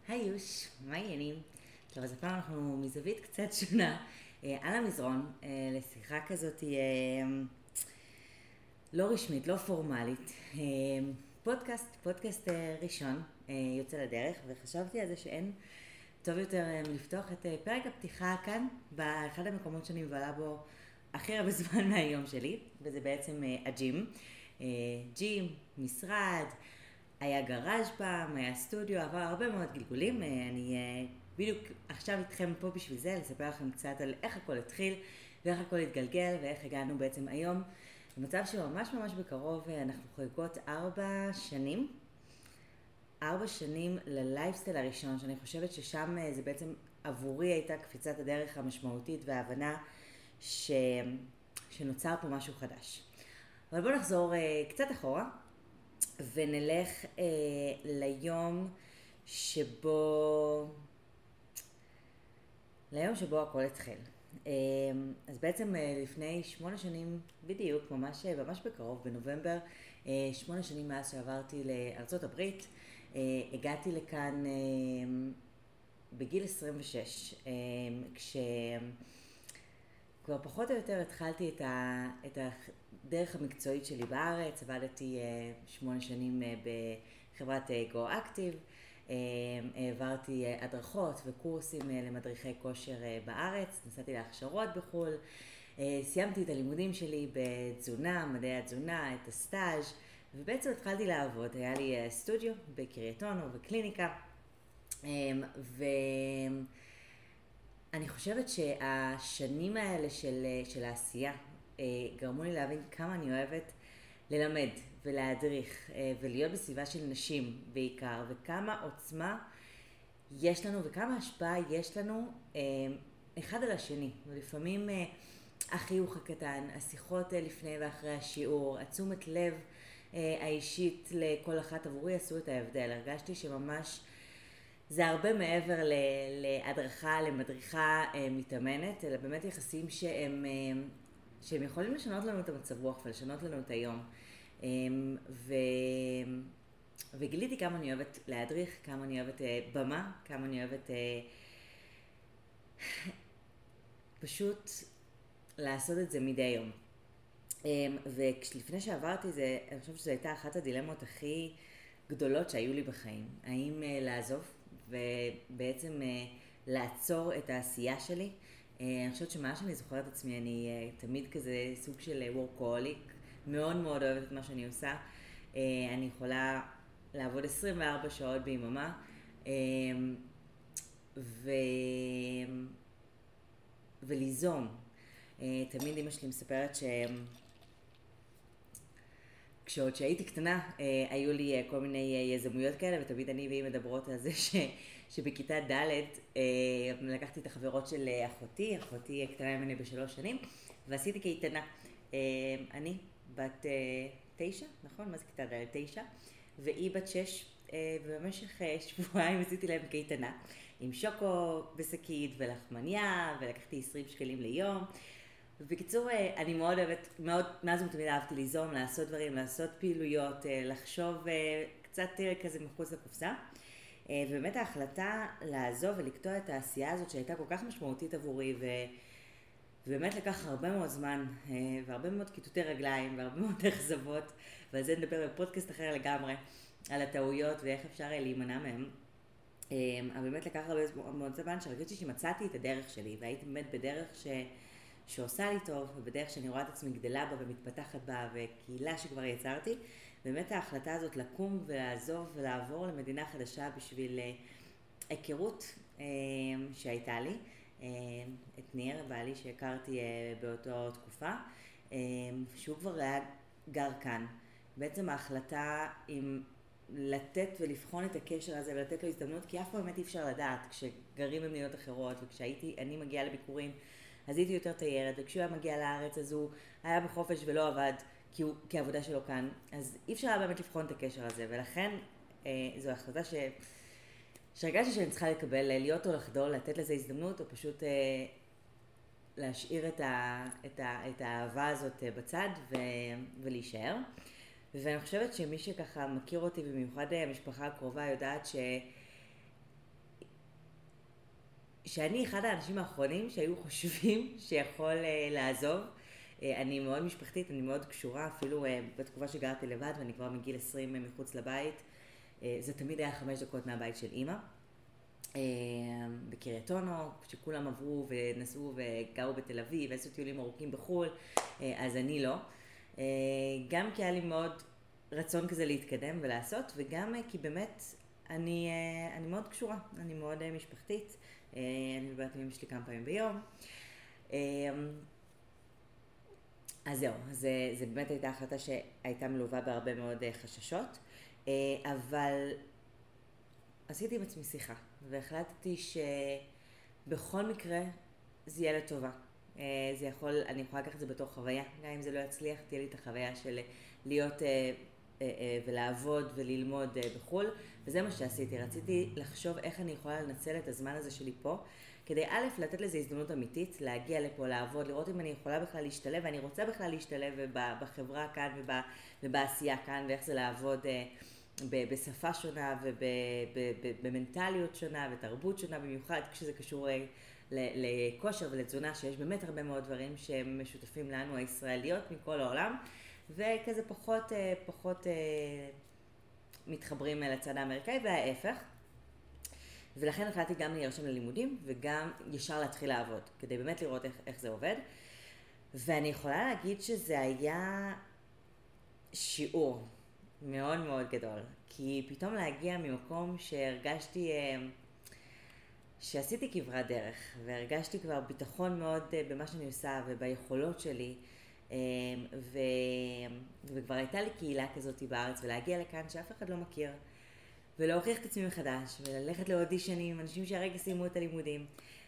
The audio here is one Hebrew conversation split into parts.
היי יוש, מה העניינים? טוב, אז הפעם אנחנו מזווית קצת שונה על המזרון, לשיחה כזאת לא רשמית, לא פורמלית. פודקאסט ראשון יוצא לדרך, וחשבתי על זה שאין טוב יותר מלפתוח את פרק הפתיחה כאן, באחד המקומות שאני מבלה בו הכי הרבה זמן מהיום שלי, וזה בעצם הג'ים. ג'ים, משרד, היה גראז' פעם, היה סטודיו, עבר הרבה מאוד גלגולים. אני בדיוק עכשיו איתכם פה בשביל זה, לספר לכם קצת על איך הכל התחיל, ואיך הכל התגלגל, ואיך הגענו בעצם היום. במצב שממש ממש בקרוב אנחנו חוגגות 4 שנים. 4 שנים ללייפסטייל הראשון, שאני חושבת ששם זה בעצם עבורי הייתה קפיצת הדרך המשמעותית וההבנה שנוצר פה משהו חדש. אבל בואו נחזור קצת אחורה, ונלך ליום שבו הכל התחיל. אז בעצם לפני 8 שנים בדיוק, ממש בקרוב, בנובמבר, 8 שנים מאז שעברתי לארצות הברית, הגעתי לכאן בגיל 26, כבר פחות או יותר התחלתי את הדרך המקצועית שלי בארץ. עבדתי 8 שנים בחברת GoActive, העברתי הדרכות וקורסים למדריכי כושר בארץ, נסעתי להכשרות בחול, סיימתי את הלימודים שלי בתזונה, מדעי התזונה, את הסטאז', ובעצם התחלתי לעבוד. היה לי סטודיו בקריית אונו וקליניקה, אני חושבת שהשנים האלה של העשייה גרמו לי להבין כמה אני אוהבת ללמד ולהדריך ולהיות בסביבה של נשים בעיקר, וכמה עוצמה יש לנו וכמה השפעה יש לנו אחד על השני. ולפעמים החיוך הקטן, השיחות לפני ואחרי השיעור, התשומת לב האישית לכל אחת עבורי עשו את ההבדל. הרגשתי שממש זה הרבה מעבר להדרכה, למדריכה מתאמנת, אלא באמת יחסים שהם יכולים לשנות לנו את המצב רוח ולשנות לנו את היום. וגיליתי כמה אני אוהבת להדריך, כמה אני אוהבת במה, כמה אני אוהבת פשוט לעשות את זה מדי יום. ולפני שעברתי זה, אני חושבת שזו הייתה אחת הדילמות הכי גדולות שהיו לי בחיים. האם לעזוב ובעצם לעצור את העשייה שלי. אני חושבת שמה שאני זוכרת את עצמי, אני תמיד כזה סוג של וורקהוליק, מאוד מאוד אוהבת את מה שאני עושה. אני יכולה לעבוד 24 שעות ביממה, וליזום. תמיד אמא שלי מספרת כשעוד שהייתי קטנה, היו לי כל מיני יזמויות כאלה, ותמיד אני והיא מדברות על זה שבכיתה ד' לקחתי את החברות של אחותי קטנה ממני ב3 שנים, ועשיתי קייטנה. אני בת 9, נכון? מה זה כיתה ד'? 9, והיא בת 6, ובמשך שבועיים עשיתי להם קייטנה, עם שוקו ושקית ולחמניה, ולקחתי 20 שקלים ליום. ובקיצור, אני מאוד אוהבת, מאז ותמיד אהבתי ליזום, לעשות דברים, לעשות פעילויות, לחשוב קצת כזה מחוץ לקופסה. ובאמת ההחלטה לעזוב ולקטוע את העשייה הזאת שהייתה כל כך משמעותית עבורי, ובאמת לקח הרבה מאוד זמן, והרבה מאוד כיתותי רגליים, והרבה מאוד אכזבות, ועל זה נדבר בפודקאסט אחר לגמרי, על הטעויות ואיך אפשר להימנע מהם. אבל באמת לקח הרבה מאוד זמן שהרגשתי שמצאתי את הדרך שלי, והייתי באמת בדרך שעושה לי טוב, ובדרך שאני רואה את עצמי גדלה בה ומתפתחת בה, וקהילה שכבר יצרתי. באמת ההחלטה הזאת לקום ולעזוב ולעבור למדינה חדשה בשביל היכרות שהייתה לי. את ניר, בעלי שהכרתי באותו תקופה, שהוא כבר היה גר כאן. בעצם ההחלטה עם לתת ולבחון את הקשר הזה ולתת לו הזדמנות, כי אף פעם באמת אי אפשר לדעת כשגרים במדינות אחרות, וכשאני מגיעה לביקורים, אז הייתי יותר תיירת, וכשהוא היה מגיע לארץ אז הוא היה בחופש ולא עבד כי העבודה שלו כאן, אז אי אפשר היה באמת לבחון את הקשר הזה, ולכן זו החלטה שהרגשתי שאני צריכה לקבל, להיות או לחדול, לתת לזה הזדמנות, או פשוט להשאיר את האהבה הזאת בצד ולהישאר. ואני חושבת שמי שככה מכיר אותי, במיוחד המשפחה הקרובה, יודעת שאני אחד האנשים האחרונים שהיו חושבים שיכול לעזוב. אני מאוד משפחתית, אני מאוד קשורה, אפילו בתקופה שגרתי לבד, ואני כבר מגיל 20 מחוץ לבית. זה תמיד היה 5 דקות מהבית של אימא. בקריית אונו, שכולם עברו ונסעו וגרו בתל אביב, ועשו טיולים ארוכים בחול, אז אני לא. גם כי היה לי מאוד רצון כזה להתקדם ולעשות, וגם כי באמת אני מאוד קשורה, אני מאוד משפחתית. אני מדברת עם אמא שלי כמה פעמים ביום. אז זהו, זה באמת הייתה החלטה שהייתה מלווה בהרבה מאוד חששות, אבל עשיתי עם עצמי שיחה, והחלטתי שבכל מקרה זה יהיה לטובה. אני יכולה לקחת את זה בתור חוויה, גם אם זה לא יצליח, תהיה לי את החוויה של להיות ולעבוד וללמוד בחול, וזה מה שעשיתי. רציתי לחשוב איך אני יכולה לנצל את הזמן הזה שלי פה, כדי א', לתת לזה הזדמנות אמיתית, להגיע לפה, לעבוד, לראות אם אני יכולה בכלל להשתלב, ואני רוצה בכלל להשתלב בחברה כאן ובעשייה כאן, ואיך זה לעבוד בשפה שונה ובמנטליות שונה ותרבות שונה, במיוחד כשזה קשור לכושר ולתזונה, שיש באמת הרבה מאוד דברים שהם משותפים לנו הישראליות מכל העולם, וכזה פחות מתחברים לצד האמריקאי וההפך. ולכן החלטתי גם להירשם ללימודים וגם ישר להתחיל לעבוד, כדי באמת לראות איך זה עובד. ואני יכולה להגיד שזה היה שיעור מאוד מאוד גדול, כי פתאום להגיע ממקום שהרגשתי שעשיתי כברת דרך, והרגשתי כבר ביטחון מאוד במה שאני עושה וביכולות שלי, וכבר הייתה לי קהילה כזאת בארץ, ולהגיע לכאן שאף אחד לא מכיר, ולהוכיח את עצמי מחדש, וללכת לאודישנים עם אנשים שהרגע סיימו את הלימודים,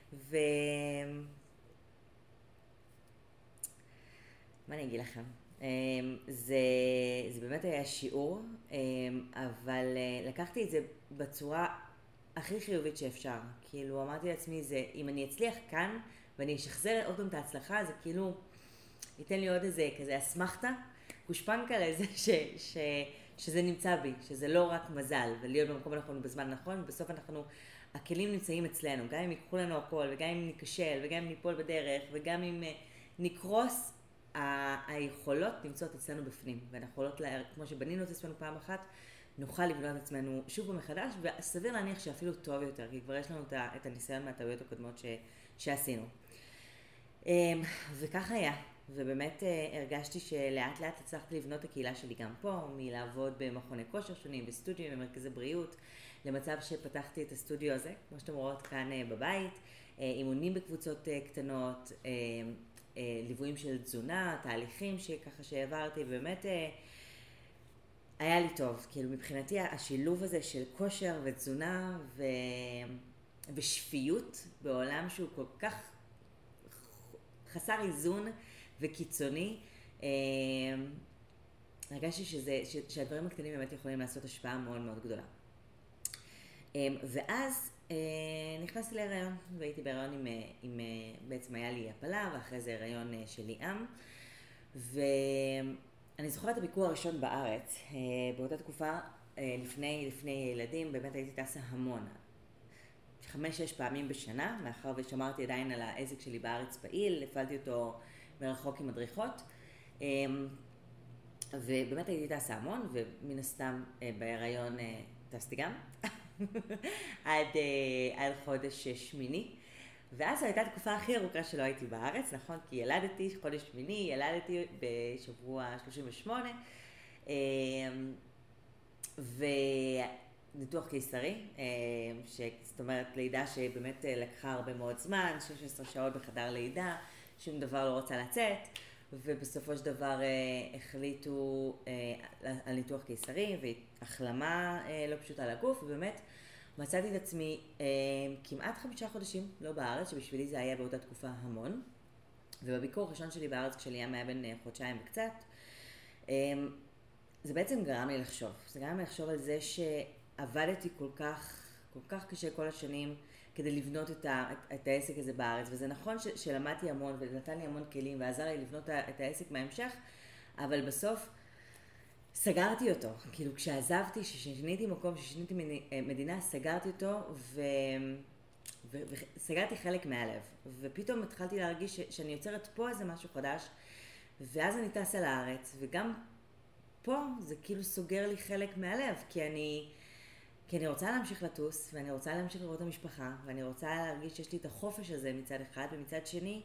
מה אני אגיד לכם? זה באמת היה שיעור, אבל לקחתי את זה בצורה הכי חיובית שאפשר. כאילו אמרתי לעצמי, אם אני אצליח כאן ואני אשחזר עוד פעם את ההצלחה, זה כאילו ייתן לי עוד איזה כזה אסמכתה, גושפנקה לזה שזה נמצא בי, שזה לא רק מזל, ולהיות במקום הנכון בזמן הנכון, ובסוף הכלים נמצאים אצלנו, גם אם יקחו לנו הכל, וגם אם ניקשל, וגם אם ניפול בדרך, וגם אם נקרוס, היכולות נמצאות אצלנו בפנים, ואנחנו יכולות, כמו שבנינו את עצמנו פעם אחת, נוכל לבנות את עצמנו שוב מחדש, וסביר להניח שאפילו טוב יותר, כי כבר יש לנו את הניסיון מהטעויות הקודמות שעשינו. וכך היה, ובאמת הרגשתי שלאט לאט הצלחתי לבנות את הקהילה שלי גם פה, מלעבוד במכוני כושר שונים, בסטודיו, במרכזי בריאות, למצב שפתחתי את הסטודיו הזה, כמו שאתם רואות כאן בבית, אימונים בקבוצות קטנות, ליוויים של תזונה, תהליכים שככה שהעברתי, ובאמת היה לי טוב. כאילו מבחינתי השילוב הזה של כושר ותזונה ושפיות בעולם שהוא כל כך חסר איזון וקיצוני, הרגשתי שהדברים הקטנים באמת יכולים לעשות השפעה מאוד מאוד גדולה. ואז נכנסתי להיריון, והייתי בהיריון בעצם היה לי הפלה, ואחרי זה הריון של ליאם. ואני זוכרת את הביקור הראשון בארץ, באותה תקופה, לפני ילדים, באמת הייתי טסה המון. 5-6 פעמים בשנה, מאחר ושמרתי עדיין על העסק שלי בארץ פעיל, הפעלתי אותו מרחוק עם מדריכות. ובאמת הייתי טסה המון, ומן הסתם בהיריון טסתי גם. עד חודש שמיני, ואז הייתה תקופה הכי ארוכה שלא הייתי בארץ, נכון? כי ילדתי חודש שמיני, ילדתי בשבוע 38, וניתוח קיסרי, זאת אומרת לידה שבאמת לקחה הרבה מאוד זמן, 16 שעות בחדר לידה, שום דבר לא רוצה לצאת, ובסופו של דבר החליטו על ניתוח קיסרי והחלמה לא פשוטה לגוף, ובאמת מצאתי את עצמי כמעט 5 חודשים לא בארץ, שבשבילי זה היה באותה תקופה המון. ובביקור הראשון שלי בארץ, כשליאם היה בין חודשיים וקצת, זה בעצם גרם לי לחשוב. זה גרם לי לחשוב על זה שעבדתי כל כך קשה כל השנים כדי לבנות את העסק הזה בארץ. וזה נכון שלמדתי המון ונתן לי המון כלים ועזר לי לבנות את העסק מההמשך, אבל בסוף סגרתי אותו. כאילו כשעזבתי, ששיניתי מקום, ששיניתי מדינה, סגרתי אותו וסגרתי חלק מהלב, ופתאום התחלתי להרגיש שאני יוצרת פה איזה משהו חדש, ואז אני טסה לארץ, וגם פה זה כאילו סוגר לי חלק מהלב, כי אני רוצה להמשיך לטוס, ואני רוצה להמשיך לראות את המשפחה, ואני רוצה להרגיש שיש לי את החופש הזה מצד אחד, ומצד שני,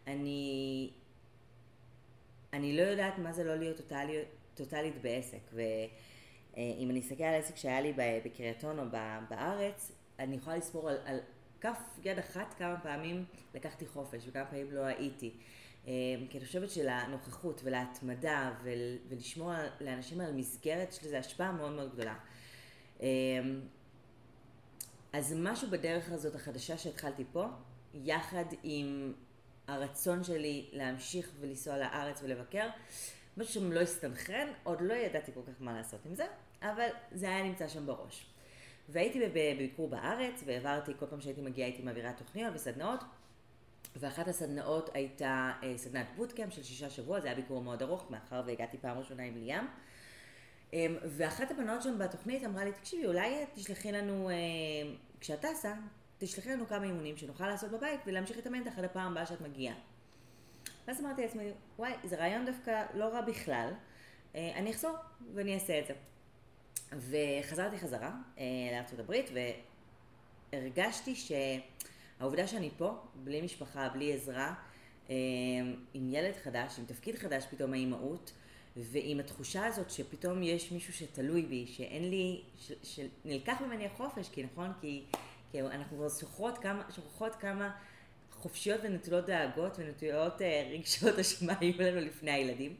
אני לא יודעת מה זה לא להיות טוטלית בעסק, ואם אני אסתכל על העסק שהיה לי בקריית אונו בארץ, אני יכולה לספור על כף יד אחת כמה פעמים לקחתי חופש, וכמה פעמים לא הייתי. כי אני חושבת שלנוכחות ולהתמדה ולשמור לאנשים על מסגרת, יש לזה השפעה מאוד מאוד גדולה. אז משהו בדרך הזאת החדשה שהתחלתי פה, יחד עם הרצון שלי להמשיך ולנסוע לארץ ולבקר, משהו שם לא הסתנכרן, עוד לא ידעתי כל כך מה לעשות עם זה, אבל זה היה נמצא שם בראש. והייתי בביקור בארץ, והעברתי, כל פעם שהייתי מגיעה הייתי מעבירה תוכניות וסדנאות, ואחת הסדנאות הייתה סדנת בוטקאמפ של 6 שבועות, זה היה ביקור מאוד ארוך, מאחר והגעתי פעם ראשונה עם ליאם. ואחת הבנות שם בתוכנית אמרה לי, תקשיבי, אולי תשלחי לנו, כשאת טסה, תשלחי לנו כמה אימונים שנוכל לעשות בבית ולהמשיך להתאמן עד הפעם הבאה שאת מגיעה. ואז אמרתי לעצמי, וואי, זה רעיון דווקא לא רע בכלל, אני אחזור ואני אעשה את זה. וחזרתי חזרה לארצות הברית, והרגשתי שהעובדה שאני פה, בלי משפחה, בלי עזרה, עם ילד חדש, עם תפקיד חדש פתאום האימהות, ועם התחושה הזאת שפתאום יש מישהו שתלוי בי, שאין לי, שנלקח ממני החופש, כי נכון, כי אנחנו כבר שוכחות כמה חופשיות ונטולות דאגות ונטולות רגשות אשמה היו לנו לפני הילדים.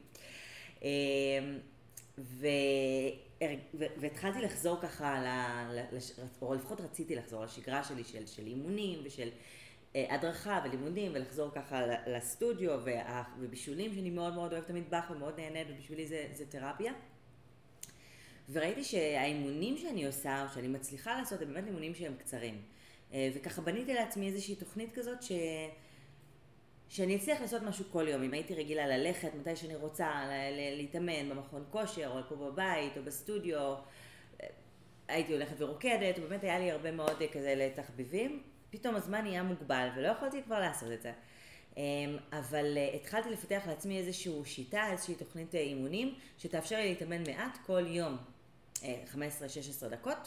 והתחלתי לחזור ככה, או לפחות רציתי לחזור לשגרה שלי של אימונים ושל הדרכה ולימודים, ולחזור ככה לסטודיו ובישולים, שאני מאוד מאוד אוהבת המטבח ומאוד נהנית, ובשבילי זה תרפיה. וראיתי שהאימונים שאני עושה, או שאני מצליחה לעשות, הם באמת אימונים שהם קצרים. וככה בניתי לעצמי איזושהי תוכנית כזאת שאני אצליח לעשות משהו כל יום. אם הייתי רגילה ללכת מתי שאני רוצה, להתאמן במכון כושר, או פה בבית, או בסטודיו, הייתי הולכת ורוקדת, ובאמת היה לי הרבה מאוד כזה לתחביבים. פתאום הזמן נהיה מוגבל, ולא יכולתי כבר לעשות את זה. אבל התחלתי לפתח לעצמי איזושהי שיטה, איזושהי תוכנית אימונים, שתאפשר לי להתאמן מעט כל יום, 15-16 דקות.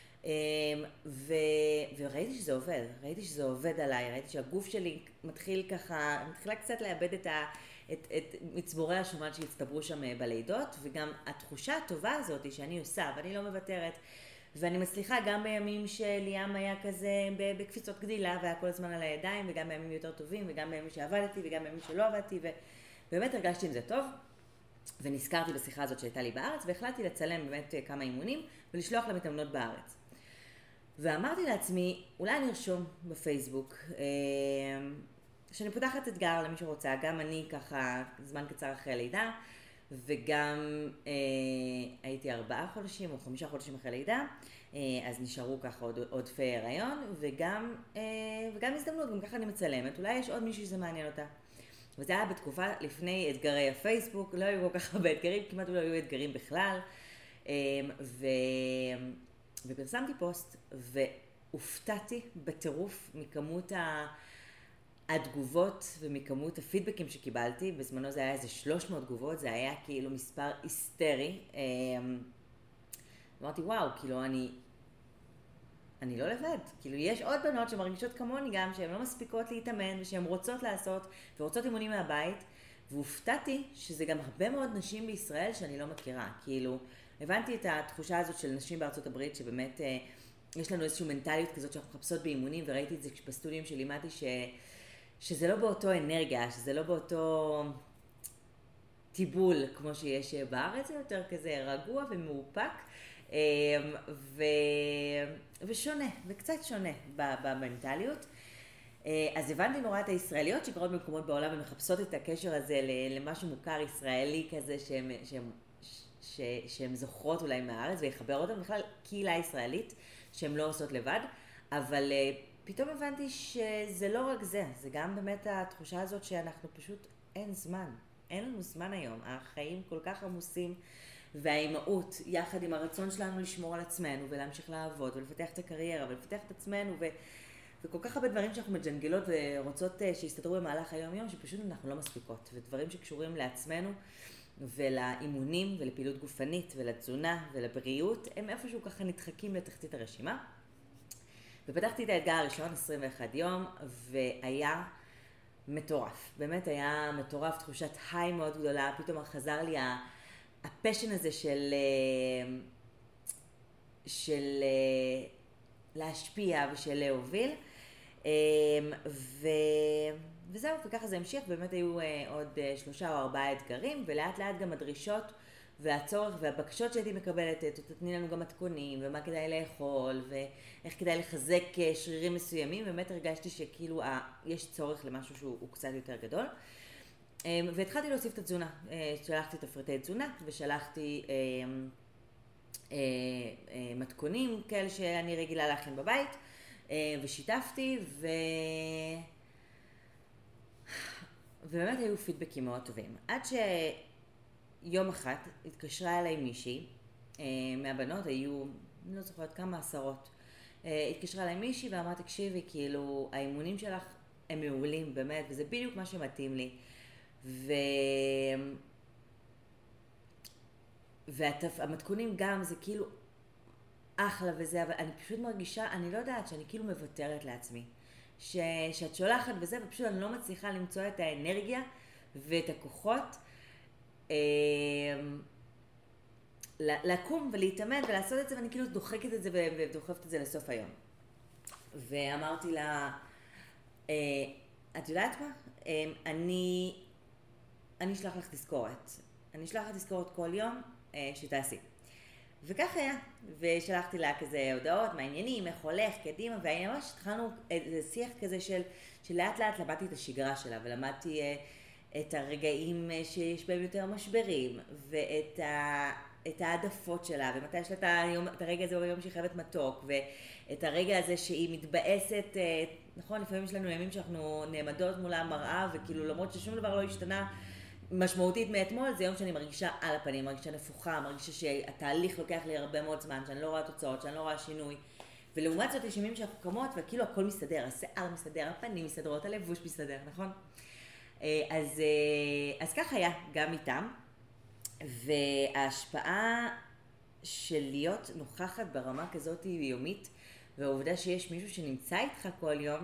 וראיתי שזה עובד, ראיתי שזה עובד עליי, ראיתי שהגוף שלי מתחילה קצת לאבד את מצבורי השומן שהצטברו שם בלידות, וגם התחושה הטובה הזאת שאני עושה, ואני לא מוותרת, ואני מצליחה גם בימים שליאם היה כזה בקפיצות גדילה, והיה כל הזמן על הידיים, וגם בימים יותר טובים, וגם בימים שעבדתי, וגם בימים שלא עבדתי, ובאמת הרגשתי עם זה טוב. ונזכרתי בשיחה הזאת שהייתה לי בארץ, והחלטתי לצלם באמת כמה אימונים, ולשלוח למתאמנות בארץ. ואמרתי לעצמי, אולי אני ארשום בפייסבוק, שאני פותחת אתגר למי שרוצה, גם אני ככה זמן קצר אחרי לידה, וגם הייתי 4 חודשים או 5 חודשים אחרי לידה, אז נשארו ככה עודפי הריון, וגם הזדמנות, גם ככה אני מצלמת, אולי יש עוד מישהו שזה מעניין אותה. וזה היה בתקופה לפני אתגרי הפייסבוק, לא היו כל כך הרבה אתגרים, כמעט לא היו אתגרים בכלל, ופרסמתי פוסט, והופתעתי בטירוף מכמות התגובות ומכמות הפידבקים שקיבלתי. בזמנו זה היה איזה 300 תגובות, זה היה כאילו מספר היסטרי. אמרתי, וואו, כאילו אני לא לבד. כאילו יש עוד בנות שמרגישות כמוני גם, שהן לא מספיקות להתאמן, ושהן רוצות לעשות, ורוצות אימונים מהבית. והופתעתי שזה גם הרבה מאוד נשים בישראל שאני לא מכירה. כאילו, הבנתי את התחושה הזאת של נשים בארצות הברית, שבאמת יש לנו איזושהי מנטליות כזאת שאנחנו מחפשות באימונים, וראיתי את זה בסטודיו שלימדתי שזה לא באותו אנרגיה, שזה לא באותו טיבול כמו שיש בארץ, זה יותר כזה רגוע ומאופק, ושונה, וקצת שונה במנטליות. אז הבנתי נורא את הישראליות שקורות במקומות בעולם ומחפשות את הקשר הזה למשהו מוכר ישראלי כזה שהן זוכרות אולי מהארץ, ויחבר אותם בכלל קהילה ישראלית שהן לא עושות לבד, אבל פתאום הבנתי שזה לא רק זה, זה גם באמת התחושה הזאת שאנחנו פשוט אין זמן, אין לנו זמן היום, החיים כל כך עמוסים, והאימהות יחד עם הרצון שלנו לשמור על עצמנו ולהמשיך לעבוד ולפתח את הקריירה ולפתח את עצמנו וכל כך הרבה דברים שאנחנו מג'נגלות ורוצות שיסתדרו במהלך היום יום, שפשוט אנחנו לא מספיקות. ודברים שקשורים לעצמנו ולאימונים ולפעילות גופנית ולתזונה ולבריאות, הם איפשהו ככה נדחקים לתחתית הרשימה. ופתחתי את האתגר הראשון, 21 יום, והיה מטורף. באמת היה מטורף, תחושת היי מאוד גדולה, פתאום חזר לי הפשן הזה של להשפיע ושל להוביל. וזהו, וככה זה המשיך, באמת היו עוד 3 או 4 אתגרים, ולאט לאט גם הדרישות והצורך והבקשות שהייתי מקבלת, תתני לנו גם מתכונים, ומה כדאי לאכול, ואיך כדאי לחזק שרירים מסוימים, באמת הרגשתי שכאילו יש צורך למשהו שהוא קצת יותר גדול. והתחלתי להוסיף את התזונה, שלחתי תפריטי תזונה, ושלחתי מתכונים כאלה שאני רגילה להכין בבית, ושיתפתי, ובאמת היו פידבקים מאוד טובים. עד שיום אחד התקשרה אליי מישהי, מהבנות, היו, אני לא זוכרת כמה עשרות, התקשרה אליי מישהי ואמרה, תקשיבי, כאילו, האימונים שלך הם מעולים, באמת, וזה בדיוק מה שמתאים לי. והמתכונים גם, זה כאילו אחלה וזה, אבל אני פשוט מרגישה, אני לא יודעת שאני כאילו מוותרת לעצמי. שאת שולחת וזה, ופשוט אני לא מצליחה למצוא את האנרגיה ואת הכוחות לקום ולהתאמן ולעשות את זה, ואני כאילו דוחקת את זה ודוחפת את זה לסוף היום. ואמרתי לה, את יודעת מה? אני אשלח לך תזכורת. אני אשלח לך תזכורת כל יום שתעשי. וכך היה, ושלחתי לה כזה הודעות, מה העניינים, איך הולך, קדימה, וממש התחלנו איזה שיח כזה שלאט לאט למדתי את השגרה שלה, ולמדתי את הרגעים שיש בהם יותר משברים, ואת העדפות שלה, ומתי יש לה את הרגע הזה ביום שהיא חייבת מתוק, ואת הרגע הזה שהיא מתבאסת, נכון, לפעמים יש לנו ימים שאנחנו נעמדות מול המראה, וכאילו למרות ששום דבר לא השתנה, משמעותית מאתמול, זה יום שאני מרגישה על הפנים, מרגישה נפוחה, מרגישה שהתהליך לוקח לי הרבה מאוד זמן, שאני לא רואה תוצאות, שאני לא רואה שינוי. ולעומת זאת יש ימים שאנחנו קמות וכאילו הכל מסתדר, השיער מסתדר, הפנים מסתדרות, הלבוש מסתדר, נכון? אז כך היה גם איתם, וההשפעה של להיות נוכחת ברמה כזאת יומית, והעובדה שיש מישהו שנמצא איתך כל יום,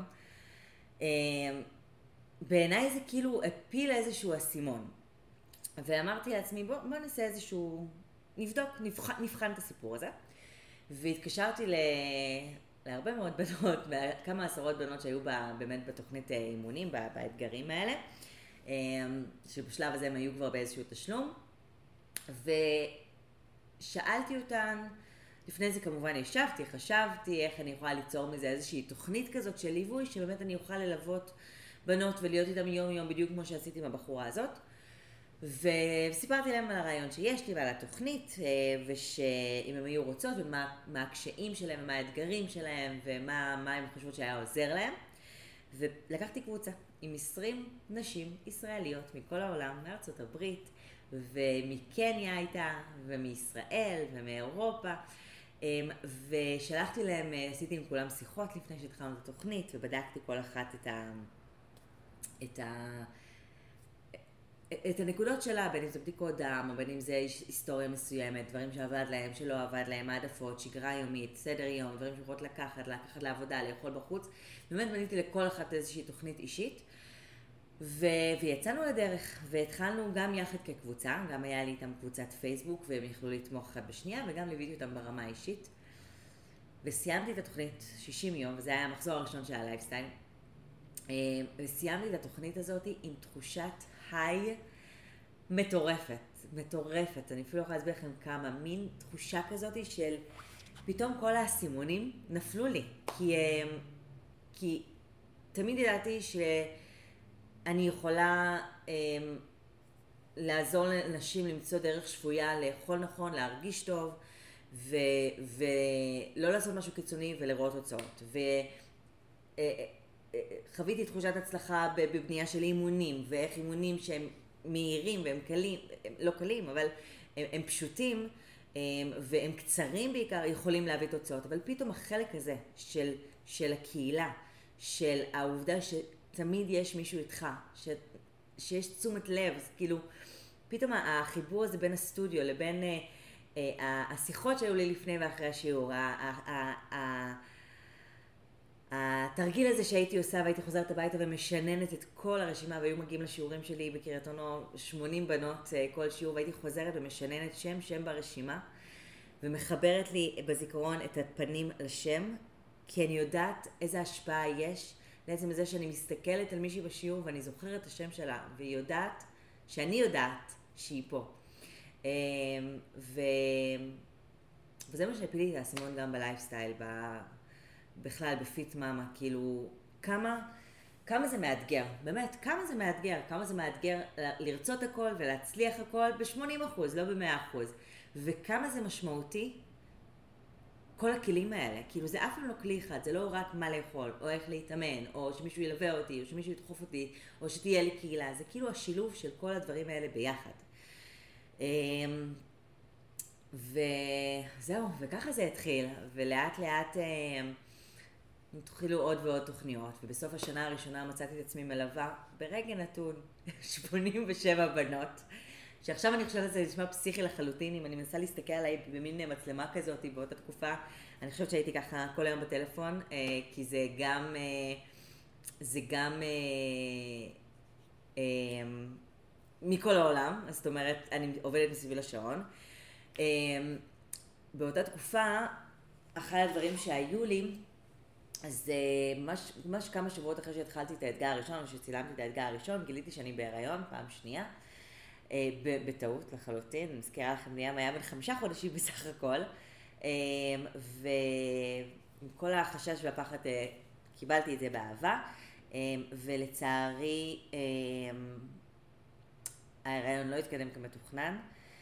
בעיניי זה כאילו הפיל איזשהו אסימון. ואמרתי לעצמי, בוא נעשה איזשהו, נבחן את הסיפור הזה. והתקשרתי להרבה מאוד בנות, כמה עשרות בנות שהיו באמת בתוכנית אימונים, באתגרים האלה, שבשלב הזה הם היו כבר באיזשהו תשלום. ושאלתי אותן, לפני זה כמובן ישבתי, חשבתי איך אני יכולה ליצור מזה איזושהי תוכנית כזאת של ליווי, שבאמת אני אוכל ללוות בנות ולהיות איתם יום יום בדיוק כמו שעשיתי עם הבחורה הזאת. וסיפרתי להם על הרעיון שיש לי ועל התוכנית, ושאם הם היו רוצות ומה הקשיים שלהם ומה האתגרים שלהם ומה הם חושבות שהיה עוזר להם. ולקחתי קבוצה עם 20 נשים ישראליות מכל העולם, מארצות הברית ומקניה הייתה ומישראל ומאירופה, ושלחתי להם, עשיתי עם כולם שיחות לפני שהתחלנו את התוכנית, ובדקתי כל אחת את הנקודות שלה, בין אם זה בדיקות דם, או בין אם זה היסטוריה מסוימת, דברים שעבד להם, שלא עבד להם, העדפות, שגרה יומית, סדר יום, דברים שיכולות לקחת לעבודה, לאכול בחוץ. באמת בניתי לכל אחת איזושהי תוכנית אישית, ויצאנו לדרך, והתחלנו גם יחד כקבוצה, גם היה לי איתם קבוצת פייסבוק, והם יכלו לתמוך אחת בשנייה, וגם ליוויתי אותם ברמה האישית. וסיימתי את התוכנית 60 יום, וזה היה המחזור הראשון של הלייפסטייל. וסיימתי את התוכנית הזאת עם תחושת היי מטורפת. אני אפילו יכולה להסביר לכם כמה, מין תחושה כזאת של פתאום כל האסימונים נפלו לי. כי תמיד ידעתי שאני יכולה לעזור לנשים למצוא דרך שפויה, לאכול נכון, להרגיש טוב, ולא לעשות משהו קיצוני ולראות תוצאות. חוויתי תחושת הצלחה בבנייה של אימונים, ואיך אימונים שהם מהירים והם קלים, הם לא קלים, אבל הם פשוטים, והם קצרים בעיקר, יכולים להביא תוצאות. אבל פתאום החלק הזה של הקהילה, של העובדה שתמיד יש מישהו איתך, שיש תשומת לב, אז כאילו, פתאום החיבור הזה בין הסטודיו לבין השיחות שהיו לי לפני ואחרי השיעור, התרגיל הזה שהייתי עושה והייתי חוזרת הביתה ומשננת את כל הרשימה, והיו מגיעים לשיעורים שלי בקריית אונו 80 בנות כל שיעור, והייתי חוזרת ומשננת שם ברשימה, ומחברת לי בזיכרון את הפנים לשם, כי אני יודעת איזה השפעה יש לעצם זה שאני מסתכלת על מישהי בשיעור ואני זוכרת את השם שלה, והיא יודעת שאני יודעת שהיא פה. וזה מה שהפיל לי את האסימון גם בלייפסטייל, בכלל בפיט מאמה, כאילו כמה זה מאתגר, באמת, כמה זה מאתגר לרצות הכל ולהצליח הכל ב-80%, לא ב-100%, וכמה זה משמעותי כל הכלים האלה, כאילו זה אף פעם לא כלי אחד, זה לא רק מה לאכול, או איך להתאמן, או שמישהו ילווה אותי, או שמישהו ידחוף אותי, או שתהיה לי קהילה, זה כאילו השילוב של כל הדברים האלה ביחד. וזהו, וככה זה התחיל, ולאט לאט התחילו עוד ועוד תוכניות, ובסוף השנה הראשונה מצאתי את עצמי מלווה ברגע נתון 87 בנות, שעכשיו אני חושבת שזה נשמע פסיכי לחלוטין, אם אני מנסה להסתכל עליי במין מצלמה כזאת באותה תקופה, אני חושבת שהייתי ככה כל היום בטלפון, כי זה גם מכל העולם, זאת אומרת, אני עובדת מסביב לשעון. באותה תקופה, אחד הדברים שהיו לי, אז ממש כמה שבועות אחרי שהתחלתי את האתגר הראשון, או שצילמתי את האתגר הראשון, גיליתי שאני בהיריון פעם שנייה, בטעות לחלוטין, אני מזכירה לכם, ליאם היה בן 5 חודשים בסך הכל, ועם כל החשש והפחד קיבלתי את זה באהבה, ולצערי ההיריון לא התקדם כמתוכנן,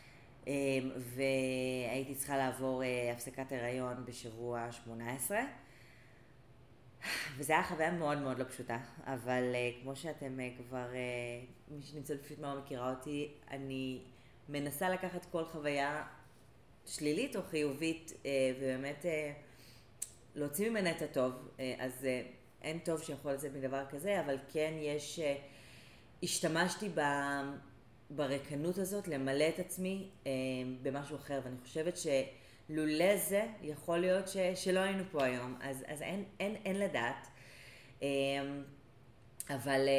והייתי צריכה לעבור הפסקת הריון בשבוע 18, וזה היה חוויה מאוד מאוד לא פשוטה, אבל כמו שאתם כבר, מי שנמצא בפיט מאמה מכירה אותי, אני מנסה לקחת כל חוויה שלילית או חיובית, ובאמת להוציא ממנה את הטוב, אז אין טוב שיכול לצאת מדבר כזה, אבל כן השתמשתי ברקנות הזאת למלא את עצמי במשהו אחר, ואני חושבת לולא זה יכול להיות שלא היינו פה היום, אז אין לדעת. אבל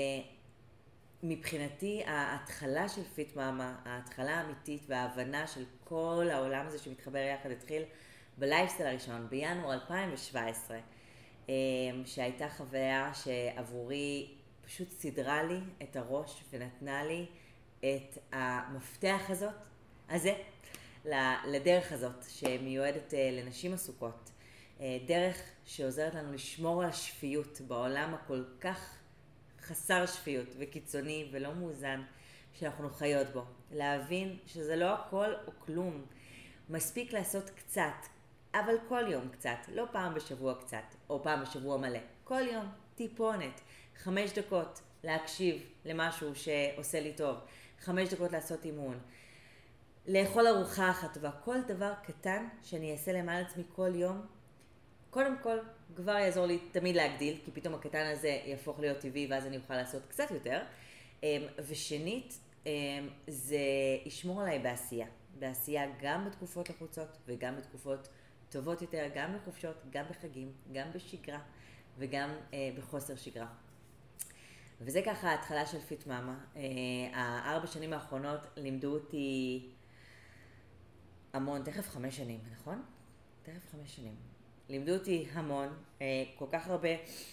מבחינתי ההתחלה של פיט מאמה, ההתחלה האמיתית וההבנה של כל העולם הזה שמתחבר יחד התחיל בלייפסטייל הראשון, בינואר 2017, שהייתה חוויה שעבורי פשוט סדרה לי את הראש ונתנה לי את המפתח הזה, לדרך הזאת שמיועדת לנשים עסוקות, דרך שעוזרת לנו לשמור על השפיות בעולם הכל כך חסר שפיות וקיצוני ולא מאוזן שאנחנו חיות בו. להבין שזה לא הכל או כלום, מספיק לעשות קצת, אבל כל יום קצת, לא פעם בשבוע קצת, או פעם בשבוע מלא, כל יום טיפונת, 5 דקות להקשיב למשהו שעושה לי טוב, 5 דקות לעשות אימון, לאכול ארוחה אחת, וכל דבר קטן שאני אעשה למען עצמי כל יום, קודם כל כבר יעזור לי תמיד להגדיל, כי פתאום הקטן הזה יהפוך להיות טבעי, ואז אני אוכל לעשות קצת יותר. ושנית, זה ישמור עליי בעשייה גם בתקופות לחוצות, וגם בתקופות טובות יותר, גם בחופשות, גם בחגים, גם בשגרה, וגם בחוסר שגרה. וזה ככה ההתחלה של פיט מאמה. 4 שנים האחרונות לימדו אותי המון, תכף 5 שנים, נכון? תכף 5 שנים. לימדו אותי המון, כל כך הרבה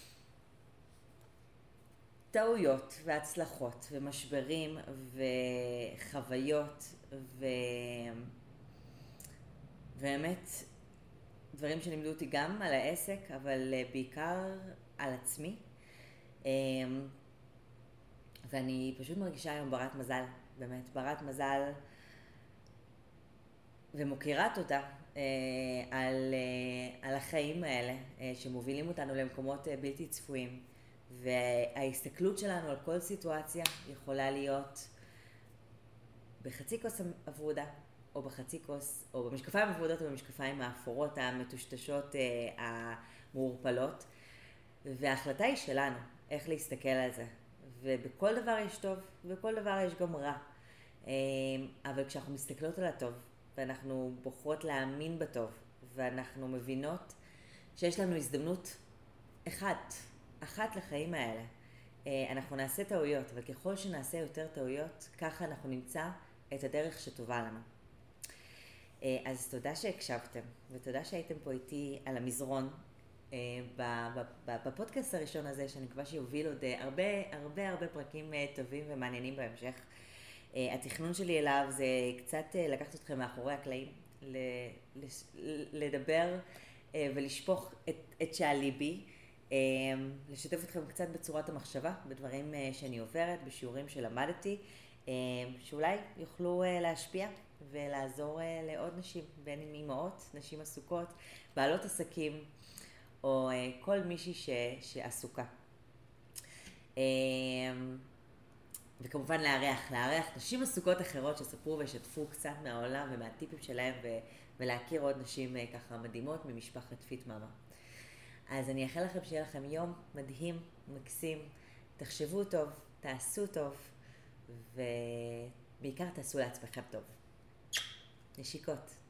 טעויות והצלחות ומשברים וחוויות ובאמת דברים שלימדו אותי גם על העסק, אבל בעיקר על עצמי. ואני פשוט מרגישה היום ברת מזל, באמת ברת מזל, ומוקירה תודה על החיים האלה שמובילים אותנו למקומות בלתי צפויים, וההסתכלות שלנו על כל סיטואציה יכולה להיות בחצי כוס הוורודה, או בחצי כוס, או במשקפיים הוורודות, או במשקפיים האפורות, המטושטשות, המעורפלות. וההחלטה היא שלנו, איך להסתכל על זה. ובכל דבר יש טוב, ובכל דבר יש גם רע. אבל כשאנחנו מסתכלות על הטוב, ואנחנו בוחרות להאמין בטוב, ואנחנו מבינות שיש לנו הזדמנות אחת לחיים האלה. אנחנו נעשה טעויות, אבל ככל שנעשה יותר טעויות, ככה אנחנו נמצא את הדרך שטובה לנו. אז תודה שהקשבתם, ותודה שהייתם פה איתי על המזרון, בפודקאסט הראשון הזה, שאני מקווה שיוביל עוד הרבה פרקים טובים ומעניינים בהמשך. התכנון שלי אליו זה קצת לקחת אתכם מאחורי הקלעים, לדבר ולשפוך את שעל ליבי, לשתף אתכם קצת בצורת המחשבה, בדברים שאני עוברת, בשיעורים שלמדתי, שאולי יוכלו להשפיע ולעזור לעוד נשים, בין אם אימהות, נשים עסוקות, בעלות עסקים, או כל מישהי שעסוקה. וכמובן לארח נשים עסוקות אחרות שספרו ושתפו קצת מהעולם ומהטיפים שלהם, ולהכיר עוד נשים ככה מדהימות ממשפחת פיט מאמה. אז אני אאחל לכם שיהיה לכם יום מדהים, מקסים, תחשבו טוב, תעשו טוב, ובעיקר תעשו לעצמכם טוב. נשיקות.